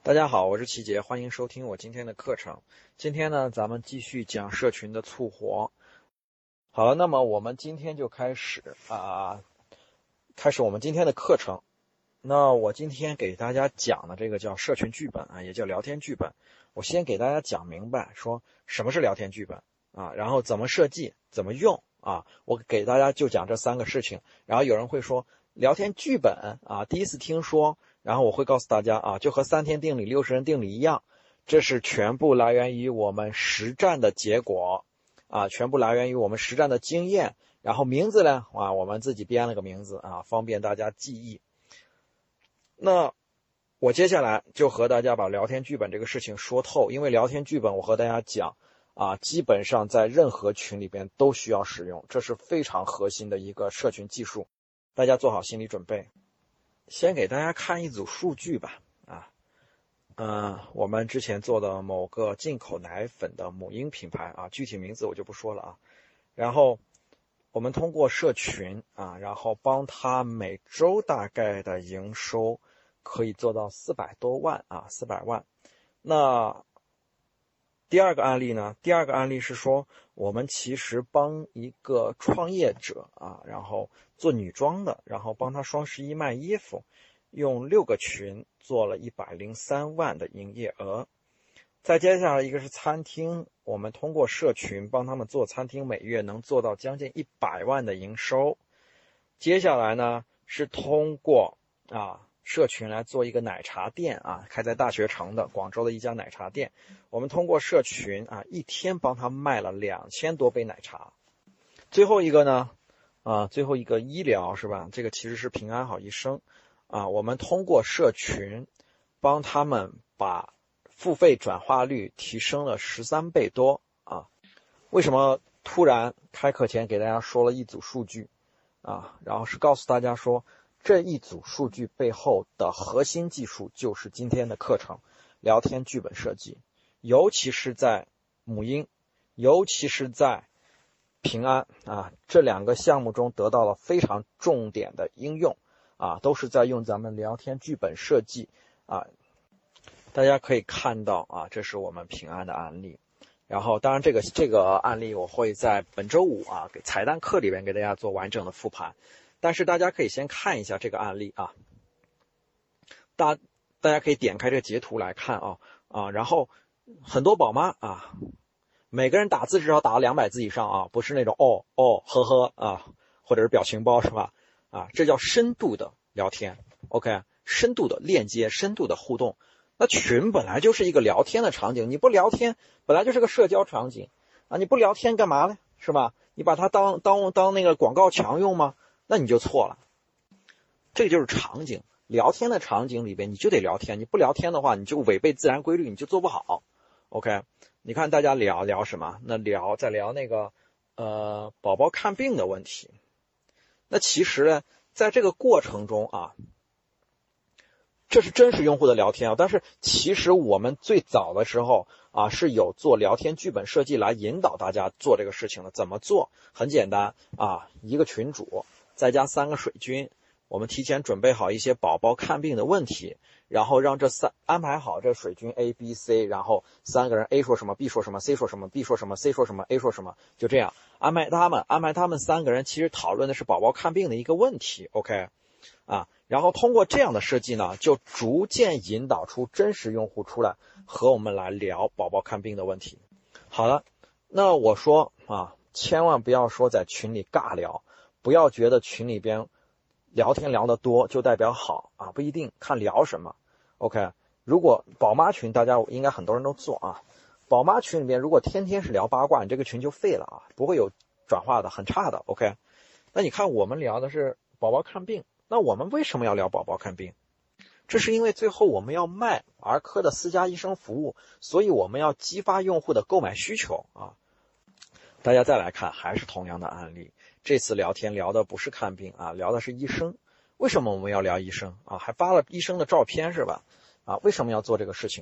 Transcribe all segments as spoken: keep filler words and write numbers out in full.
大家好，我是齐杰，欢迎收听我今天的课程。今天呢，咱们继续讲社群的促活。好了，那么我们今天就开始啊，开始我们今天的课程。那我今天给大家讲的这个叫社群剧本啊，也叫聊天剧本。我先给大家讲明白，说什么是聊天剧本啊，然后怎么设计，怎么用啊。我给大家就讲这三个事情。然后有人会说，聊天剧本啊，第一次听说。然后我会告诉大家啊，就和三天定理、六十人定理一样，这是全部来源于我们实战的结果啊，全部来源于我们实战的经验。然后名字呢啊，我们自己编了个名字啊，方便大家记忆。那我接下来就和大家把聊天剧本这个事情说透，因为聊天剧本我和大家讲啊，基本上在任何群里边都需要使用，这是非常核心的一个社群技术，大家做好心理准备。先给大家看一组数据吧，啊，嗯，我们之前做的某个进口奶粉的母婴品牌啊，具体名字我就不说了啊。然后我们通过社群啊，然后帮他每周大概的营收可以做到四百多万啊，四百万。那第二个案例呢？第二个案例是说，我们其实帮一个创业者啊，然后做女装的，然后帮他双十一卖衣服，用六个群做了一百零三万的营业额。再接下来一个是餐厅，我们通过社群帮他们做餐厅，每月能做到将近一百万的营收。接下来呢是通过啊。社群来做一个奶茶店啊，开在大学城的广州的一家奶茶店，我们通过社群啊，一天帮他卖了两千多杯奶茶。最后一个呢，啊，最后一个医疗是吧？这个其实是平安好医生啊，我们通过社群帮他们把付费转化率提升了十三倍多啊。为什么突然开课前给大家说了一组数据啊？然后是告诉大家说，这一组数据背后的核心技术就是今天的课程聊天剧本设计，尤其是在母婴，尤其是在平安啊这两个项目中得到了非常重点的应用啊，都是在用咱们聊天剧本设计啊。大家可以看到啊，这是我们平安的案例。然后当然这个这个案例我会在本周五啊给彩蛋课里边给大家做完整的复盘。但是大家可以先看一下这个案例啊，大大家可以点开这个截图来看啊啊，然后很多宝妈啊，每个人打字至少打了两百字以上啊，不是那种哦哦呵呵啊，或者是表情包是吧？啊，这叫深度的聊天 ，OK， 深度的链接，深度的互动。那群本来就是一个聊天的场景，你不聊天，本来就是个社交场景啊，你不聊天干嘛呢？是吧？你把它当当当那个广告墙用吗？那你就错了，这个就是场景，聊天的场景里边你就得聊天，你不聊天的话你就违背自然规律，你就做不好。 OK， 你看大家聊聊什么？那聊在聊那个呃宝宝看病的问题。那其实呢在这个过程中啊，这是真实用户的聊天啊，但是其实我们最早的时候啊是有做聊天剧本设计来引导大家做这个事情的。怎么做？很简单啊，一个群主再加三个水军，我们提前准备好一些宝宝看病的问题，然后让这三安排好这水军 A B C， 然后三个人 A 说什么 B 说什么 C 说什么 B 说什么 C 说什么 A 说什么，就这样安排他们安排他们三个人其实讨论的是宝宝看病的一个问题 OK 啊，然后通过这样的设计呢，就逐渐引导出真实用户出来和我们来聊宝宝看病的问题。好了，那我说啊，千万不要说在群里尬聊，不要觉得群里边聊天聊得多就代表好啊，不一定，看聊什么。 OK， 如果宝妈群大家应该很多人都做啊，宝妈群里边如果天天是聊八卦，你这个群就废了啊，不会有转化的，很差的。 OK， 那你看我们聊的是宝宝看病，那我们为什么要聊宝宝看病？这是因为最后我们要卖儿科的私家医生服务，所以我们要激发用户的购买需求啊。大家再来看，还是同样的案例，这次聊天聊的不是看病啊，聊的是医生。为什么我们要聊医生啊？还发了医生的照片是吧？啊，为什么要做这个事情？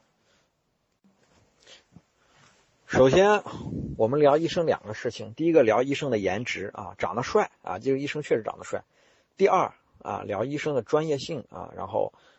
首先我们聊医生两个事情，第一个聊医生的颜值啊，长得帅啊，这个医生确实长得帅。第二啊，聊医生的专业性啊，然后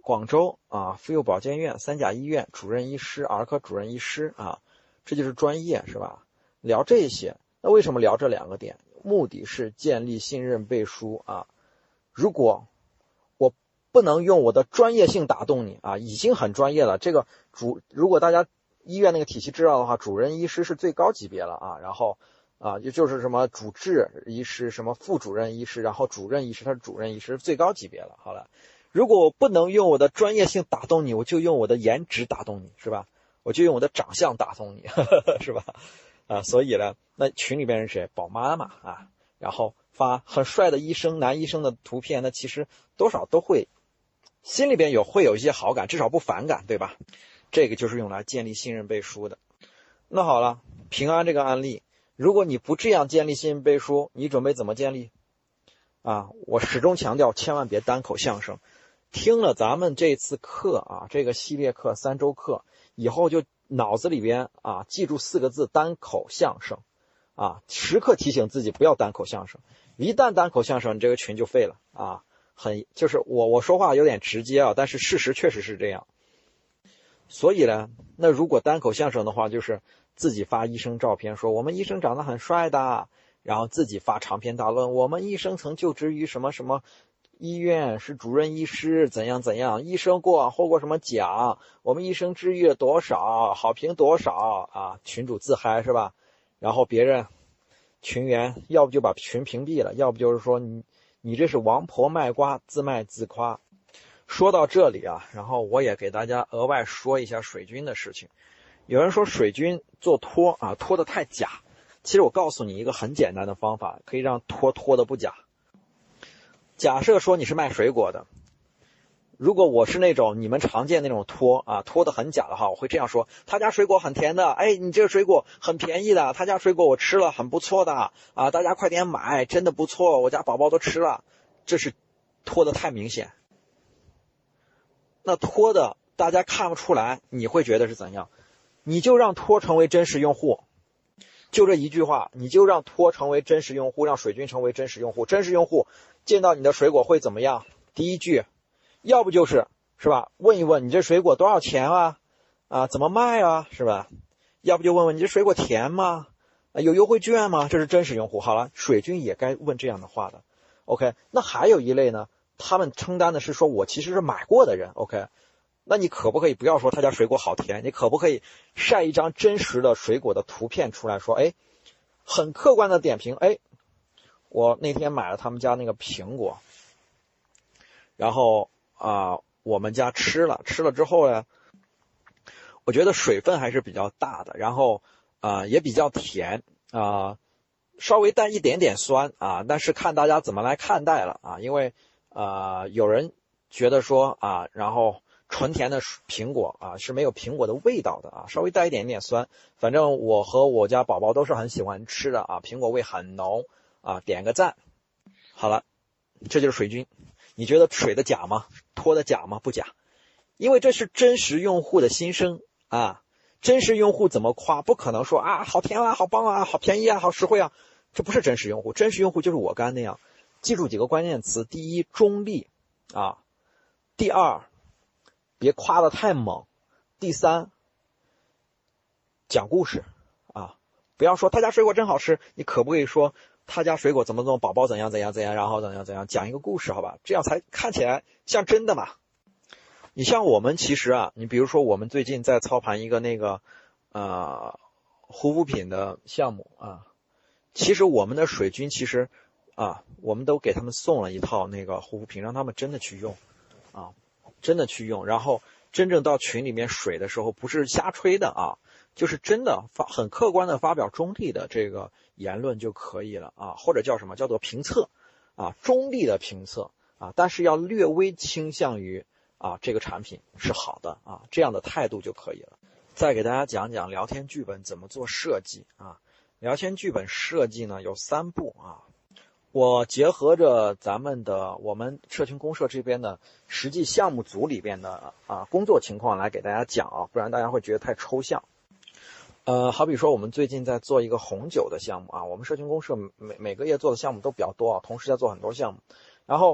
广州啊妇幼保健院三甲医院主任医师、儿科主任医师啊，这就是专业是吧？聊这些，那为什么聊这两个点？目的是建立信任背书啊。如果我不能用我的专业性打动你啊，已经很专业了。这个主，如果大家医院那个体系知道的话，主任医师是最高级别了啊，然后啊，也就是什么主治医师、什么副主任医师，然后主任医师，他是主任医师最高级别了。好了，如果我不能用我的专业性打动你，我就用我的颜值打动你，是吧？我就用我的长相打动你，呵呵，是吧？啊，所以呢，那群里边是谁？宝妈嘛啊，然后发很帅的医生、男医生的图片，那其实多少都会心里边有会有一些好感，至少不反感，对吧？这个就是用来建立信任背书的。那好了，平安这个案例，如果你不这样建立信任背书，你准备怎么建立？啊，我始终强调，千万别单口相声。听了咱们这次课啊，这个系列课三周课以后，就脑子里边啊记住四个字：单口相声。啊，时刻提醒自己不要单口相声。一旦单口相声，你这个群就废了啊。很就是我我说话有点直接啊，但是事实确实是这样。所以呢，那如果单口相声的话，就是自己发医生照片，说我们医生长得很帅的，然后自己发长篇大论，我们医生曾就职于什么什么医院，是主任医师，怎样怎样，医生过获过什么奖，我们医生治愈了多少，好评多少啊，群主自嗨是吧？然后别人群员要不就把群屏蔽了，要不就是说你你这是王婆卖瓜，自卖自夸。说到这里啊，然后我也给大家额外说一下水军的事情。有人说水军做托啊，托的太假。其实我告诉你一个很简单的方法，可以让托托的不假。假设说你是卖水果的，如果我是那种你们常见那种托啊，托的很假的话，我会这样说：他家水果很甜的，哎，你这个水果很便宜的，他家水果我吃了很不错的啊，大家快点买，真的不错，我家宝宝都吃了。这是托的太明显。那托的大家看不出来，你会觉得是怎样？你就让托成为真实用户，就这一句话，你就让托成为真实用户，让水军成为真实用户。真实用户见到你的水果会怎么样？第一句，要不就是是吧？问一问你这水果多少钱啊？啊，怎么卖啊？是吧？要不就问问你这水果甜吗？啊，有优惠券吗？这是真实用户。好了，水军也该问这样的话的。OK， 那还有一类呢？他们承担的是说我其实是买过的人 ，OK， 那你可不可以不要说他家水果好甜，你可不可以晒一张真实的水果的图片出来说，哎，很客观的点评，哎，我那天买了他们家那个苹果，然后啊、呃，我们家吃了，吃了之后呢，我觉得水分还是比较大的，然后啊、呃、也比较甜啊、呃，稍微带一点点酸啊，但是看大家怎么来看待了啊，因为呃，有人觉得说啊，然后纯甜的苹果啊是没有苹果的味道的啊，稍微带一点点酸。反正我和我家宝宝都是很喜欢吃的啊，苹果味很浓啊，点个赞。好了，这就是水军。你觉得水的假吗？托的假吗？不假，因为这是真实用户的心声啊。真实用户怎么夸？不可能说啊，好甜啊，好棒啊，好便宜啊，好实惠啊，这不是真实用户。真实用户就是我刚才那样。记住几个关键词：第一，中立啊；第二，别夸得太猛；第三，讲故事啊，不要说他家水果真好吃，你可不可以说他家水果怎么怎么，宝宝怎样怎样怎样，然后怎样怎样，讲一个故事，好吧？这样才看起来像真的嘛。你像我们其实啊，你比如说我们最近在操盘一个那个呃护肤品的项目啊，其实我们的水军其实。啊，我们都给他们送了一套那个护肤品，让他们真的去用，啊，真的去用，然后真正到群里面水的时候，不是瞎吹的啊，就是真的发很客观的发表中立的这个言论就可以了啊，或者叫什么叫做评测啊，中立的评测啊，但是要略微倾向于啊这个产品是好的啊，这样的态度就可以了。再给大家讲讲聊天剧本怎么做设计啊，聊天剧本设计呢有三步啊。我结合着咱们的我们社群公社这边的实际项目组里边的啊工作情况来给大家讲啊，不然大家会觉得太抽象。呃，好比说我们最近在做一个红酒的项目啊，我们社群公社每每个月做的项目都比较多啊，同时在做很多项目。然后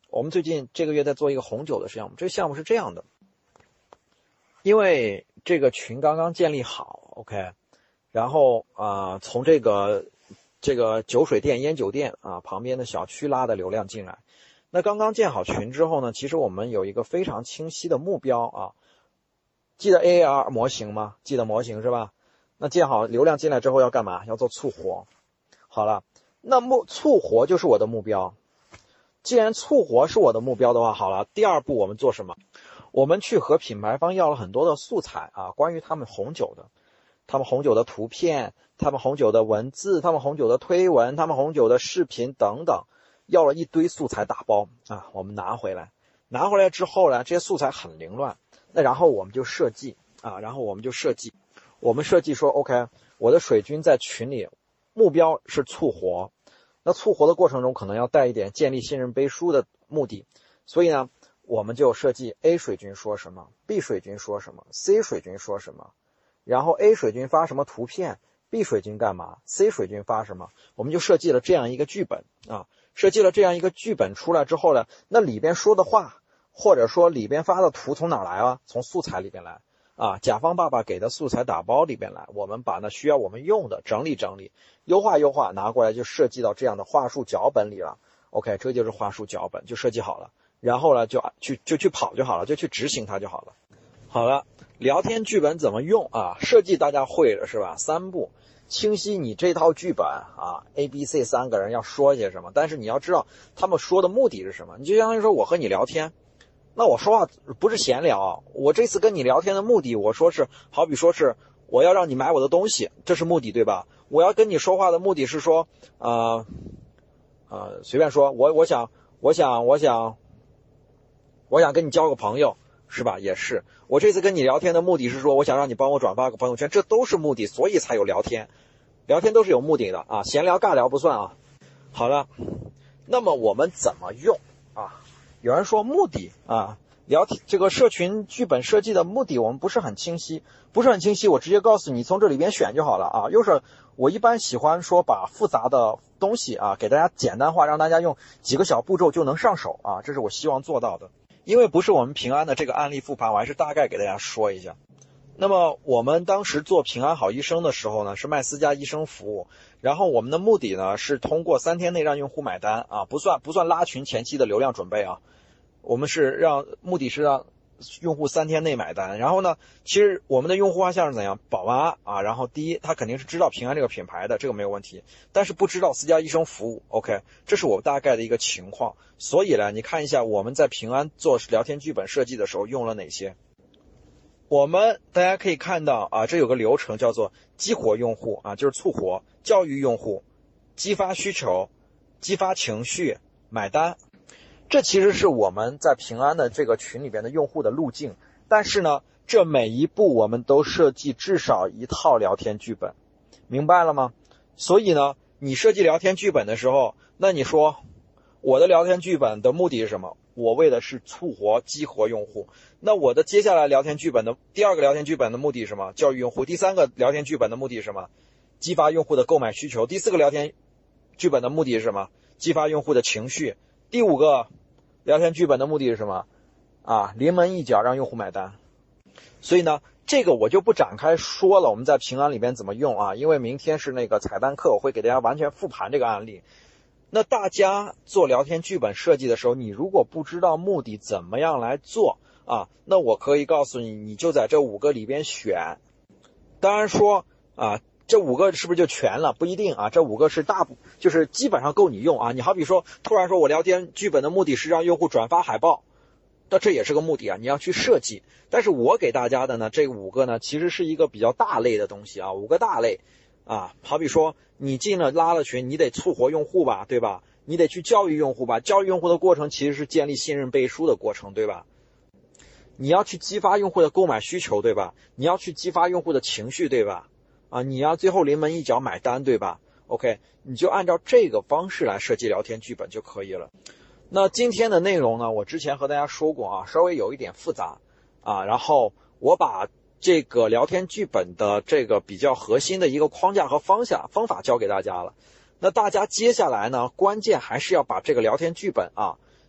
我们最近这个月在做一个红酒的项目，这个项目是这样的，因为这个群刚刚建立好 ，OK， 然后啊、呃，从这个这个酒水店、烟酒店啊旁边的小区拉的流量进来。那刚刚建好群之后呢，其实我们有一个非常清晰的目标啊。记得 A A R 模型吗？记得模型是吧？那建好流量进来之后要干嘛？要做促活。好了，那目促活就是我的目标。既然促活是我的目标的话，好了，第二步我们做什么？我们去和品牌方要了很多的素材啊，关于他们红酒的，他们红酒的图片，他们红酒的文字，他们红酒的推文，他们红酒的视频等等，要了一堆素材打包啊，我们拿回来。拿回来之后呢，这些素材很凌乱，那然后我们就设计啊，然后我们就设计，我们设计说 OK， 我的水军在群里，目标是促活。那促活的过程中可能要带一点建立信任背书的目的，所以呢，我们就设计 A 水军说什么 ，B 水军说什么 ，C 水军说什么，然后 A 水军发什么图片 ，B 水军干嘛 ，C 水军发什么，我们就设计了这样一个剧本啊，设计了这样一个剧本出来之后呢，那里边说的话，或者说里边发的图从哪来啊？从素材里边来。啊，甲方爸爸给的素材打包里边来，我们把那需要我们用的整理整理，优化优化，拿过来就设计到这样的话术脚本里了。OK， 这就是话术脚本，就设计好了，然后呢就去就去跑就好了，就去执行它就好了。好了，聊天剧本怎么用啊？设计大家会了是吧？三步，清晰你这套剧本啊 ，A、B、C 三个人要说些什么，但是你要知道他们说的目的是什么。你就相当于说我和你聊天。那我说话不是闲聊，我这次跟你聊天的目的，我说是，好比说是我要让你买我的东西，这是目的对吧？我要跟你说话的目的是说，呃，呃，随便说，我我想，我想，我想，我想跟你交个朋友，是吧？也是，我这次跟你聊天的目的是说，我想让你帮我转发个朋友圈，这都是目的，所以才有聊天，聊天都是有目的的啊，闲聊尬聊不算啊。好了，那么我们怎么用啊？有人说目的啊，聊天这个社群剧本设计的目的我们不是很清晰，不是很清晰，我直接告诉你从这里边选就好了啊。又是我一般喜欢说把复杂的东西啊给大家简单化，让大家用几个小步骤就能上手啊，这是我希望做到的。因为不是我们平安的这个案例复盘，我还是大概给大家说一下。那么我们当时做平安好医生的时候呢，是卖私家医生服务，然后我们的目的呢是通过三天内让用户买单啊，不算不算拉群前期的流量准备啊，我们是让目的是让用户三天内买单。然后呢，其实我们的用户画像是怎样？保安啊，然后第一他肯定是知道平安这个品牌的，这个没有问题，但是不知道私家医生服务 OK， 这是我大概的一个情况。所以呢，你看一下我们在平安做聊天剧本设计的时候用了哪些。我们大家可以看到啊，这有个流程叫做激活用户啊，就是促活，教育用户，激发需求，激发情绪，买单。这其实是我们在平安的这个群里边的用户的路径，但是呢，这每一步我们都设计至少一套聊天剧本，明白了吗？所以呢，你设计聊天剧本的时候，那你说我的聊天剧本的目的是什么？我为的是促活激活用户。那我的接下来聊天剧本的第二个聊天剧本的目的是什么？教育用户。第三个聊天剧本的目的是什么？激发用户的购买需求。第四个聊天剧本的目的是什么？激发用户的情绪。第五个聊天剧本的目的是什么？啊，临门一脚让用户买单。所以呢，这个我就不展开说了，我们在平安里边怎么用啊？因为明天是那个彩蛋课，我会给大家完全复盘这个案例。那大家做聊天剧本设计的时候，你如果不知道目的怎么样来做啊，那我可以告诉你，你就在这五个里边选。当然说啊，这五个是不是就全了？不一定啊，这五个是大部，就是基本上够你用啊。你好比说，突然说我聊天剧本的目的是让用户转发海报，那这也是个目的啊，你要去设计。但是我给大家的呢，这五个呢，其实是一个比较大类的东西啊，五个大类。啊，好比说你进了拉了群，你得促活用户吧，对吧？你得去教育用户吧，教育用户的过程其实是建立信任背书的过程，对吧？你要去激发用户的购买需求，对吧？你要去激发用户的情绪，对吧？啊，你要最后临门一脚买单，对吧 ？OK， 你就按照这个方式来设计聊天剧本就可以了。那今天的内容呢，我之前和大家说过啊，稍微有一点复杂啊，然后我把这个聊天剧本的这个比较核心的一个框架和方向方法教给大家了。那大家接下来呢，关键还是要把这个聊天剧本啊，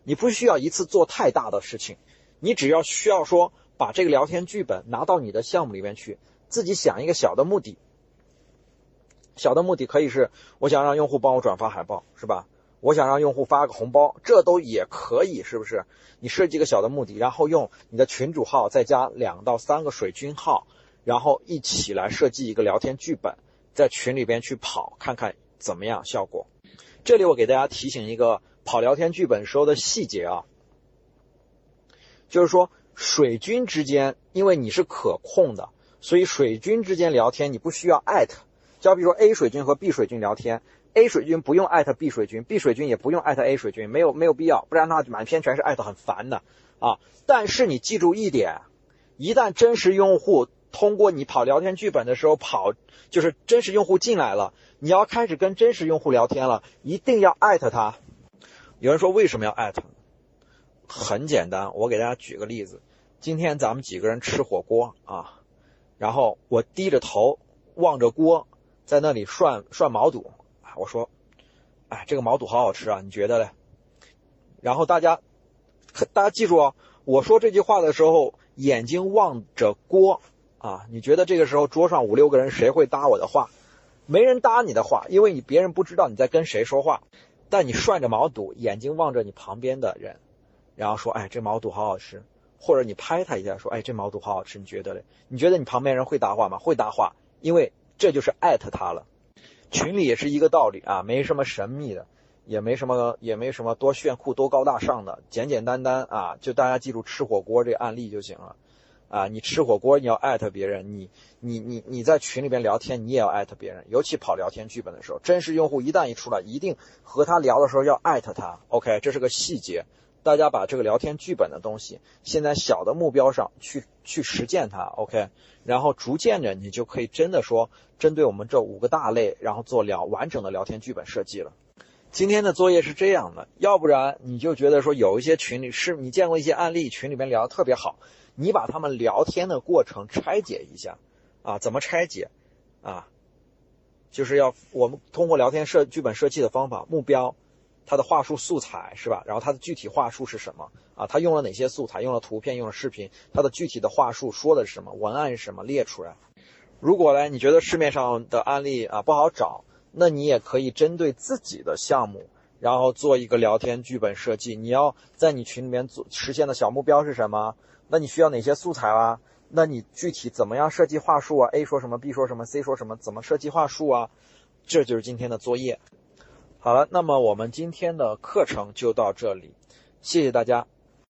你不需要一次做太大的事情，你只要需要说把这个聊天剧本拿到你的项目里面去，自己想一个小的目的。小的目的可以是我想让用户帮我转发海报，是吧？我想让用户发个红包，这都也可以，是不是？你设计一个小的目的，然后用你的群主号再加两到三个水军号，然后一起来设计一个聊天剧本，在群里边去跑，看看怎么样效果。这里我给大家提醒一个跑聊天剧本时候的细节啊，就是说水军之间，因为你是可控的，所以水军之间聊天你不需要艾特。就比如说 A 水军和 B 水军聊天， A 水军不用艾特 B 水军， B 水军也不用艾特 A 水军，没有没有必要，不然的话满篇全是艾特，很烦的啊。但是你记住一点，一旦真实用户通过你跑聊天剧本的时候跑，就是真实用户进来了，你要开始跟真实用户聊天了，一定要艾特他。有人说为什么要艾特？很简单，我给大家举个例子。今天咱们几个人吃火锅啊，然后我低着头望着锅，在那里涮涮毛肚，我说，哎，这个毛肚好好吃啊，你觉得嘞？然后大家，大家记住哦，我说这句话的时候，眼睛望着锅啊，你觉得这个时候桌上五六个人谁会搭我的话？没人搭你的话，因为你别人不知道你在跟谁说话。但你涮着毛肚，眼睛望着你旁边的人，然后说，哎，这毛肚好好吃，或者你拍他一下说，哎，这毛肚好好吃，你觉得嘞？你觉得你旁边人会搭话吗？会搭话，因为这就是艾特他了。群里也是一个道理啊，没什么神秘的，也没什么也没什么多炫酷多高大上的，简简单单啊，就大家记住吃火锅这个案例就行了啊。你吃火锅你要艾特别人，你你你你在群里边聊天你也要艾特别人，尤其跑聊天剧本的时候，真实用户一旦一出来，一定和他聊的时候要艾特他。 OK， 这是个细节，大家把这个聊天剧本的东西现在小的目标上去去实践它。 OK， 然后逐渐的你就可以真的说针对我们这五个大类，然后做聊完整的聊天剧本设计了。今天的作业是这样的，要不然你就觉得说有一些群里是你见过一些案例，群里面聊得特别好，你把他们聊天的过程拆解一下啊，怎么拆解啊？就是要我们通过聊天设剧本设计的方法，目标，它的话术素材是吧？然后它的具体话术是什么啊？它用了哪些素材？用了图片，用了视频，它的具体的话术说的是什么？文案是什么？列出来。如果呢，你觉得市面上的案例啊不好找，那你也可以针对自己的项目，然后做一个聊天剧本设计。你要在你群里面做实现的小目标是什么？那你需要哪些素材啊？那你具体怎么样设计话术啊 ？A 说什么 ，B 说什么 ，C 说什么，怎么设计话术啊？这就是今天的作业。好了，那么我们今天的课程就到这里，谢谢大家。